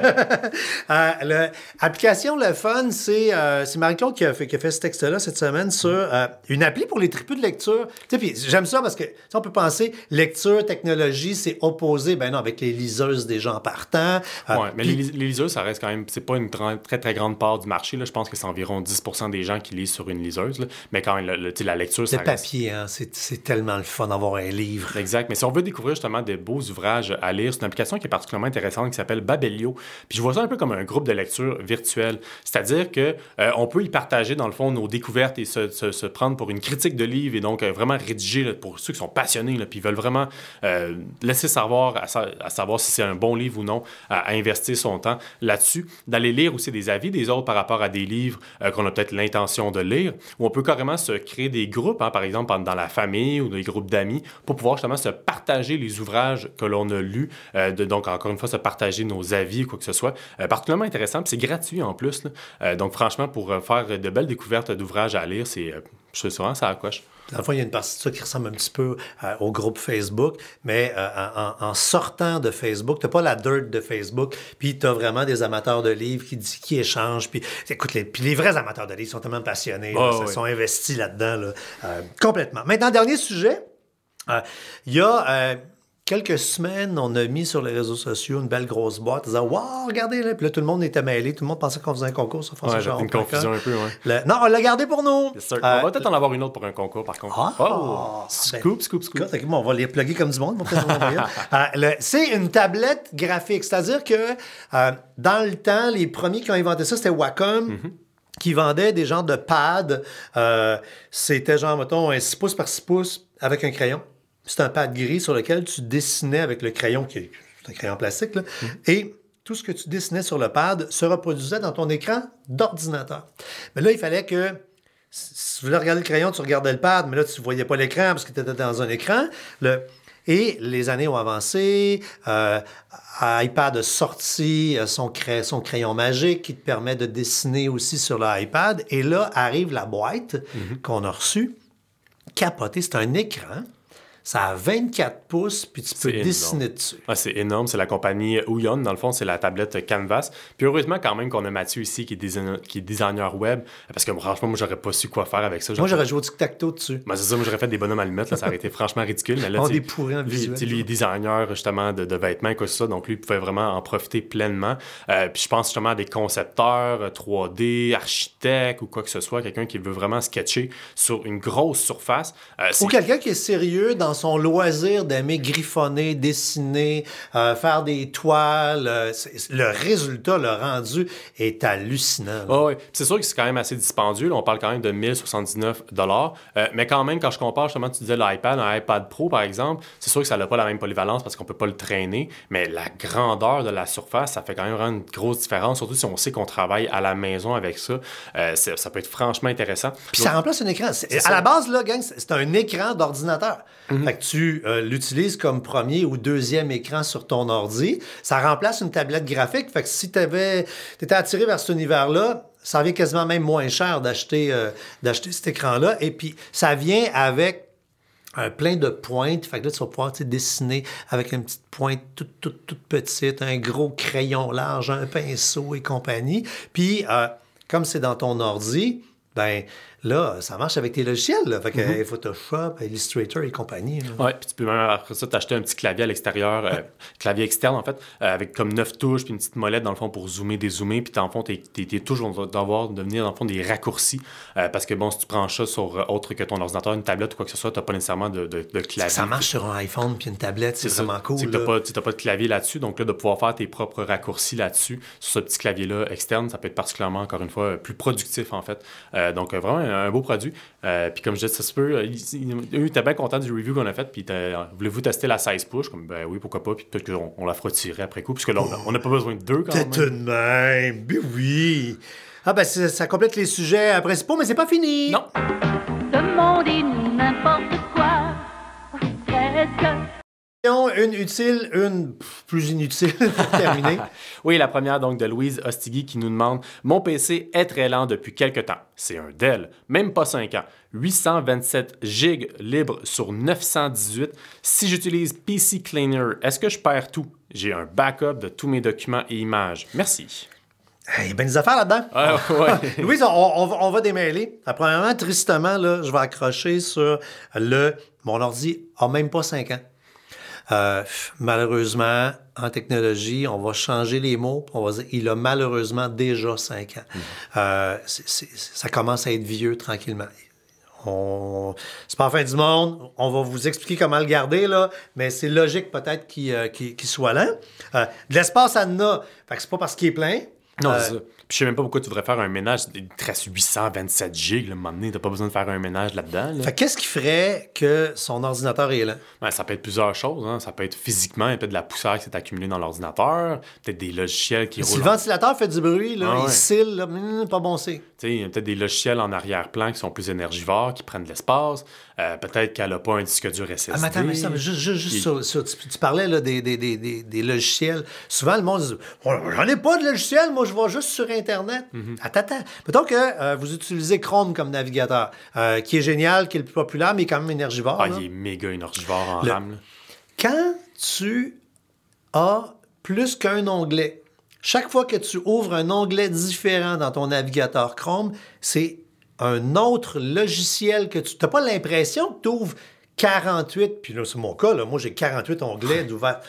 euh, L'application Le Fun, c'est euh, Marie-Claude qui a, fait, qui a fait ce texte-là cette semaine sur euh, une appli pour les tripus de lecture. J'aime ça parce que on peut penser lecture, technologie, c'est opposé. Ben non, avec les liseuses des gens partants. Euh, oui, mais pis... les, les liseuses, ça reste quand même... C'est pas une très, très grande part du marché. Là. Je pense que c'est environ dix pour cent des gens qui lisent sur une liseuse. Là. Mais quand même, le, le, la lecture, ça reste... Le papier, hein, c'est tellement le fun d'avoir un livre. Exact. Mais si on veut découvrir justement des beaux ouvrages à lire, c'est une application qui est particulièrement intéressante qui s'appelle Babelio. Puis je vois ça un peu comme un groupe de lecture virtuel. C'est-à-dire qu'on euh, peut y partager, dans le fond, nos découvertes et se, se, se prendre pour une critique de livre et donc euh, vraiment rédiger là, pour ceux qui sont passionnés là, puis veulent vraiment euh, laisser savoir, à, sa, à savoir si c'est un bon livre ou non, à, à investir son temps là-dessus. D'aller lire aussi des avis des autres par rapport à des livres euh, qu'on a peut-être l'intention de lire, où on peut carrément se créer des groupes, hein, par exemple dans la famille ou des groupes d'amis, pour pouvoir justement se partager les ouvrages que l'on a lus, euh, de, donc encore une fois se partager nos avis ou quoi que ce soit. Euh, particulièrement intéressant, puis c'est gratuit en plus. Là. Euh, donc franchement, pour euh, faire de belles découvertes d'ouvrages à lire, c'est euh, je sais souvent ça accroche. Dans le fond, il y a une partie de ça qui ressemble un petit peu euh, au groupe Facebook, mais euh, en, en sortant de Facebook, tu n'as pas la dirt de Facebook, puis tu as vraiment des amateurs de livres qui, qui échangent. Puis écoute, les, puis les vrais amateurs de livres sont tellement passionnés, oh, là, oui. Ils sont investis là-dedans là, euh, complètement. Maintenant, dernier sujet, euh, il y a... Euh, quelques semaines, on a mis sur les réseaux sociaux une belle grosse boîte en disant « Wow, regardez là! » Puis là, tout le monde était mêlé. Tout le monde pensait qu'on faisait un concours sur François Charon. Ouais, une confusion un peu, oui. Le... Non, on l'a gardé pour nous. Yes, euh, on va peut-être en avoir une autre pour un concours, par contre. Ah! Oh, scoop, scoop, scoop. Écoute, bon, on va les plugger comme du monde. euh, C'est une tablette graphique. C'est-à-dire que euh, dans le temps, les premiers qui ont inventé ça, c'était Wacom. Mm-hmm. Qui vendait des genres de pads. Euh, C'était genre, mettons, un six pouces par six pouces avec un crayon. C'est un pad gris sur lequel tu dessinais avec le crayon, qui est un crayon plastique, là, mmh. et tout ce que tu dessinais sur le pad se reproduisait dans ton écran d'ordinateur. Mais là, il fallait que, si tu voulais regarder le crayon, tu regardais le pad, mais là, tu ne voyais pas l'écran parce que tu étais dans un écran. Le... Et les années ont avancé. Euh, iPad a sorti son, cray- son crayon magique qui te permet de dessiner aussi sur l'iPad. Et là, arrive la boîte mmh. qu'on a reçue. Capotée, c'est un écran. Ça a vingt-quatre pouces, puis tu peux dessiner dessus. Ah, c'est énorme. C'est la compagnie Ouyon. Dans le fond, c'est la tablette Canvas. Puis heureusement, quand même, qu'on a Mathieu ici, qui est, designer, qui est designer web. Parce que franchement, moi, j'aurais pas su quoi faire avec ça. Moi, j'aurais joué au tic-tac-toe dessus. Ben, c'est ça. Moi, j'aurais fait des bonhommes allumettes. Là, ça aurait été franchement ridicule. Mais là, on est pourri en visuel. Lui, il est designer, justement, de, de vêtements et quoi que ça. Donc, lui, il pouvait vraiment en profiter pleinement. Euh, puis je pense justement à des concepteurs trois D, architectes ou quoi que ce soit. Quelqu'un qui veut vraiment sketcher sur une grosse surface. Euh, ou quelqu'un qui est sérieux dans son loisir d'aimer griffonner, dessiner, euh, faire des toiles. Euh, le résultat, le rendu est hallucinant. Oh, oui, c'est sûr que c'est quand même assez dispendieux. Là, on parle quand même de mille soixante-dix-neuf dollars. Euh, mais quand même, quand je compare, justement, tu disais l'iPad, un iPad Pro, par exemple, c'est sûr que ça n'a pas la même polyvalence parce qu'on ne peut pas le traîner. Mais la grandeur de la surface, ça fait quand même vraiment une grosse différence, surtout si on sait qu'on travaille à la maison avec ça. Euh, ça peut être franchement intéressant. Puis ça remplace un écran. C'est, c'est à ça. La base, là, gang, c'est un écran d'ordinateur. Mm-hmm. Fait que tu euh, l'utilises comme premier ou deuxième écran sur ton ordi. Ça remplace une tablette graphique. Fait que si tu étais attiré vers cet univers-là, ça vient quasiment même moins cher d'acheter euh, d'acheter cet écran-là. Et puis, ça vient avec un plein de pointes. Fait que là, tu vas pouvoir dessiner avec une petite pointe toute, toute, toute petite, un gros crayon large, un pinceau et compagnie. Puis, euh, comme c'est dans ton ordi, ben Là, ça marche avec tes logiciels. Là. Fait que Mm-hmm. Photoshop, Illustrator et compagnie. Là. Oui, puis tu peux même après ça t'acheter un petit clavier à l'extérieur, euh, clavier externe en fait, euh, avec comme neuf touches, puis une petite molette dans le fond pour zoomer, dézoomer, puis dans le fond, tes, tes, tes touches vont devoir devenir dans le fond des raccourcis, euh, parce que bon, si tu prends ça sur euh, autre que ton ordinateur, une tablette ou quoi que ce soit, t'as pas nécessairement de, de, de clavier. Ça marche sur un iPhone puis une tablette, c'est, c'est vraiment ça. cool. Tu n'as pas, pas de clavier là-dessus, donc là, de pouvoir faire tes propres raccourcis là-dessus, sur ce petit clavier-là externe, ça peut être particulièrement, encore une fois, plus productif en fait. Euh, donc euh, vraiment un, un beau produit. Euh, puis comme je disais, ça se peut, eux, ils étaient bien contents du review qu'on a fait, puis voulez-vous tester la seize push? Comme, ben oui, pourquoi pas, puis peut-être qu'on on la fera tirer après coup, puisque là, on n'a pas besoin de deux quand même. Tout de même, ben oui. Ah ben ça, ça complète les sujets principaux, mais c'est pas fini. Non. Demandez n'importe quoi, presque. Une utile, une plus inutile pour terminer. Oui, la première donc de Louise Ostigui qui nous demande « Mon P C est très lent depuis quelque temps. C'est un Dell, même pas cinq ans. huit cent vingt-sept gigs libre sur neuf cent dix-huit. Si j'utilise P C Cleaner, est-ce que je perds tout? J'ai un backup de tous mes documents et images. Merci. » Il y a bien des affaires là-dedans. Ah, ouais. Louise, on, on, va, on va démêler. Alors, premièrement, tristement, là, je vais accrocher sur le... Mon ordi a même pas cinq ans. Euh, malheureusement, en technologie, on va changer les mots. On va dire il a malheureusement déjà cinq ans. Mmh. Euh, c'est, c'est, ça commence à être vieux tranquillement. On... C'est pas la fin du monde. On va vous expliquer comment le garder, là, mais c'est logique peut-être qu'il, euh, qu'il, qu'il soit lent. Euh, de l'espace, ça en a. Fait que c'est pas parce qu'il est plein. Non, euh, c'est ça. Puis je sais même pas pourquoi tu devrais faire un ménage. Il te reste huit cent vingt-sept gigs, là, à un moment donné. T'as pas besoin de faire un ménage là-dedans. Là. Fait qu'est-ce qui ferait que son ordinateur est lent? Ben, ça peut être plusieurs choses. Hein. Ça peut être physiquement, il y a peut-être de la poussière qui s'est accumulée dans l'ordinateur, peut-être des logiciels qui si roulent. Si le ventilateur fait du bruit, là, ah, il ouais. cille, là, hum, pas bon c'est. Il y a peut-être des logiciels en arrière-plan qui sont plus énergivores, qui prennent de l'espace. Euh, peut-être qu'elle n'a pas un disque dur S S D. Ah, mais attends, mais ça, mais juste, juste, juste Et... sur, sur, tu, tu parlais là, des, des, des, des, des logiciels. Souvent, le monde dit oh, j'en ai pas de logiciel, moi, je vais juste sur Internet. Mm-hmm. Attends, attends. Mettons que euh, vous utilisez Chrome comme navigateur, euh, qui est génial, qui est le plus populaire, mais quand même énergivore. Ah, là. il est méga énergivore en le... RAM. Là. Quand tu as plus qu'un onglet, chaque fois que tu ouvres un onglet différent dans ton navigateur Chrome, c'est un autre logiciel que tu... Tu n'as pas l'impression que tu ouvres quarante-huit, puis là, c'est mon cas, là, moi, j'ai quarante-huit onglets d'ouvert.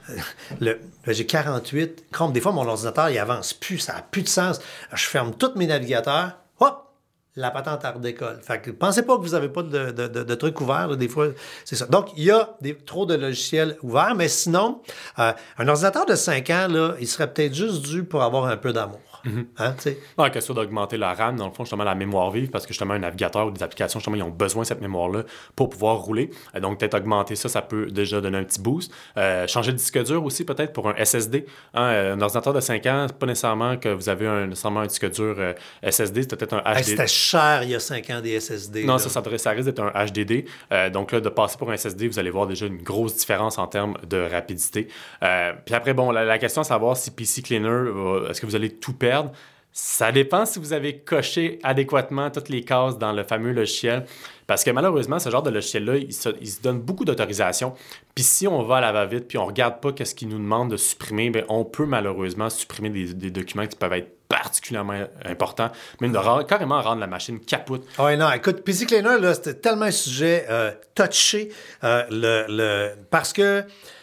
Le, là, j'ai quarante-huit. Chrome, des fois, mon ordinateur, il avance plus, ça n'a plus de sens. Je ferme tous mes navigateurs, hop, la patente à redécolle. Fait que pensez pas que vous n'avez pas de, de, de, de trucs ouverts, là, des fois, c'est ça. Donc, il y a des, trop de logiciels ouverts, mais sinon, euh, un ordinateur de cinq ans, là, il serait peut-être juste dû pour avoir un peu d'amour. Mm-hmm. Hein, ah, question d'augmenter la RAM, dans le fond, justement, la mémoire vive, parce que justement, un navigateur ou des applications, justement, ils ont besoin de cette mémoire-là pour pouvoir rouler. Euh, donc, peut-être augmenter ça, ça peut déjà donner un petit boost. Euh, changer le disque dur aussi, peut-être, pour un S S D. Hein, un ordinateur de cinq ans, c'est pas nécessairement que vous avez un, nécessairement un disque dur euh, S S D, c'est peut-être un H D D. Hey, c'était cher il y a cinq ans, des S S D. Non, là. ça, ça, ça risque d'être un H D D. Euh, donc là, de passer pour un S S D, vous allez voir déjà une grosse différence en termes de rapidité. Euh, puis après, bon, la, la question, c'est de savoir si P C Cleaner, euh, est-ce que vous allez tout perdre? Ça dépend si vous avez coché adéquatement toutes les cases dans le fameux logiciel. Parce que malheureusement, ce genre de logiciel-là, il se, il se donne beaucoup d'autorisation. Puis si on va à la va-vite, puis on ne regarde pas ce qu'il nous demande de supprimer, bien, on peut malheureusement supprimer des, des documents qui peuvent être particulièrement importants, même de rendre, carrément rendre la machine capote. Ah oui, non, écoute, P C Cleaner, là, c'était tellement un sujet euh, touché, euh, le, le, parce que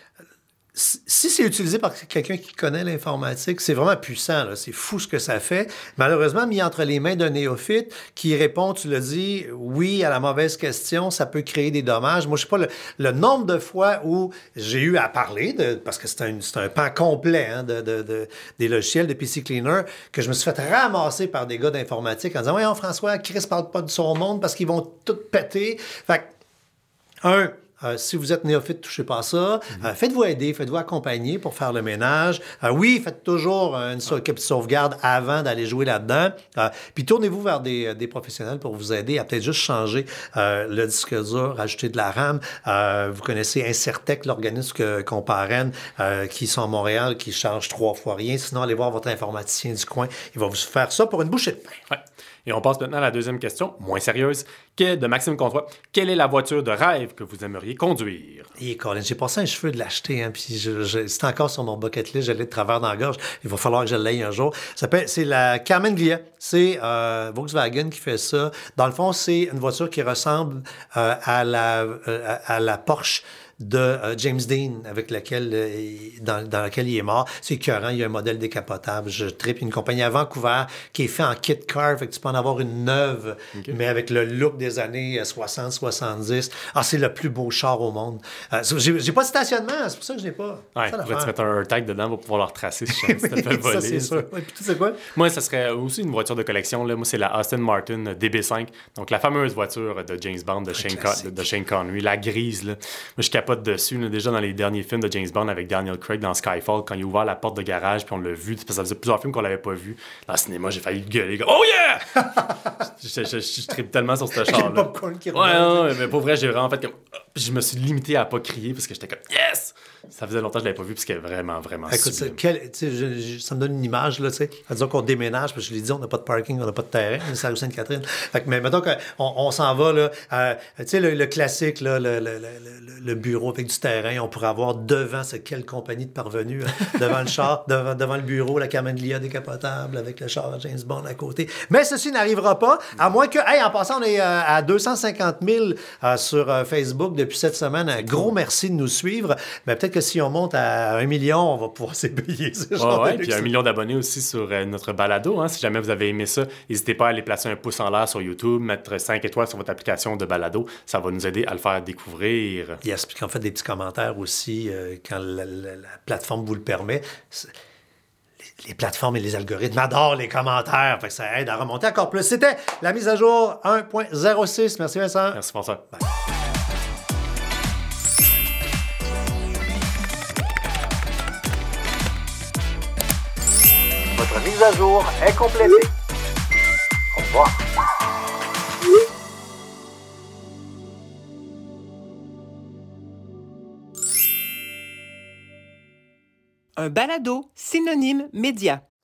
si c'est utilisé par quelqu'un qui connaît l'informatique, c'est vraiment puissant, là. C'est fou ce que ça fait. Malheureusement, mis entre les mains d'un néophyte qui répond, tu l'as dit, oui à la mauvaise question, ça peut créer des dommages. Moi, je sais pas le, le nombre de fois où j'ai eu à parler, de, parce que c'est un, c'est un pan complet hein, de, de, de, des logiciels de P C Cleaner, que je me suis fait ramasser par des gars d'informatique en disant « Voyons, François, Chris parle pas de son monde parce qu'ils vont tout péter. » Fait que, un... Euh, si vous êtes néophyte, touchez pas à ça. Mm-hmm. Euh, faites-vous aider, faites-vous accompagner pour faire le ménage. Euh, oui, faites toujours une petite sauvegarde avant d'aller jouer là-dedans. Euh, puis tournez-vous vers des, des professionnels pour vous aider à peut-être juste changer euh, le disque dur, rajouter de la RAM. Euh, vous connaissez Incertec, l'organisme que, qu'on parraine, euh, qui sont à Montréal, qui charge trois fois rien. Sinon, allez voir votre informaticien du coin. Il va vous faire ça pour une bouchée de pain. Ouais. Et on passe maintenant à la deuxième question, moins sérieuse, que- de Maxime Comtois. Quelle est la voiture de rêve que vous aimeriez conduire? Et Colin, j'ai passé un cheveu de l'acheter, hein, puis je, je- c'est encore sur mon bucket list, j'allais de travers dans la gorge. Il va falloir que je l'aie un jour. Ça s'appelle- C'est la Carmen Glia. C'est euh, Volkswagen qui fait ça. Dans le fond, c'est une voiture qui ressemble euh, à, la, euh, à, à la Porsche de euh, James Dean, avec laquelle, euh, il- dans, dans laquelle il est mort. C'est écœurant, il y a un modèle décapotable. Je tripe une compagnie à Vancouver qui est fait en kit car, fait que tu peux en avoir une neuve, Okay. mais avec le look des années soixante soixante-dix. Ah, c'est le plus beau char au monde. Euh, j'ai, j'ai pas de stationnement, c'est pour ça que je n'ai pas. Ouais, Ça, tu l'affaire. te mettre un tag dedans pour pouvoir le retracer si jamais tu te fais voler. Ça, c'est sûr. Ouais, puis tu sais quoi? Moi, ça serait aussi une voiture de collection. Là. Moi, c'est la Aston Martin D B cinq. Donc, la fameuse voiture de James Bond, de, Shane, Con- classique. de, de Shane Connery, la grise. Là. Moi, je capote dessus. Là. Déjà, dans les derniers films de James Bond avec Daniel Craig dans Skyfall, quand il a ouvert la porte de garage, puis on l'a vu, parce que ça faisait plusieurs films qu'on l'avait pas vu. Dans le cinéma, j'ai failli gueuler. Oh yeah! je, je, je, je tripe tellement sur ce Avec le char-là. popcorn qui Ouais, remonte. ouais, mais pour vrai, j'ai vraiment fait comme. Je me suis limité à pas crier parce que j'étais comme yes! Ça faisait longtemps que je l'avais pas vu parce qu'elle est vraiment, vraiment Écoute, sublime. c'est- quel- tu sais, je- je- ça me donne une image, là, tu sais. À dire qu'on déménage, parce que je l'ai dit, on n'a pas de parking, on n'a pas de terrain, c'est la rue Sainte-Catherine. Fait que, mais mettons qu'on on s'en va, là, euh, tu sais, le, le classique, là, le, le, le, le- le bureau avec du terrain, on pourrait avoir devant, c'est quelle compagnie de parvenus, hein, devant le char, devant, devant le bureau, la Carmen Glia décapotable avec le char James Bond à côté. Mais ceci n'arrivera pas, à moins que, hey, en passant, on est euh, à deux cent cinquante mille euh, sur euh, Facebook depuis cette semaine. Un gros merci de nous suivre. Mais peut-être que si on monte à un million, on va pouvoir s'épayer. ce Ouais, genre de ouais, luxe. puis un million d'abonnés aussi sur euh, notre balado. Hein, si jamais vous avez aimé ça, n'hésitez pas à aller placer un pouce en l'air sur YouTube, mettre cinq étoiles sur votre application de balado. Ça va nous aider à le faire découvrir. Yes, puis qu'on fait des petits commentaires aussi euh, quand la, la- la plateforme vous le permet. C'est- Les, les plateformes et les algorithmes adorent les commentaires. Fait que ça aide à remonter encore plus. C'était la mise à jour un point zéro six. Merci Vincent. Merci François. Votre mise à jour est complétée. Au revoir. Un balado synonyme média.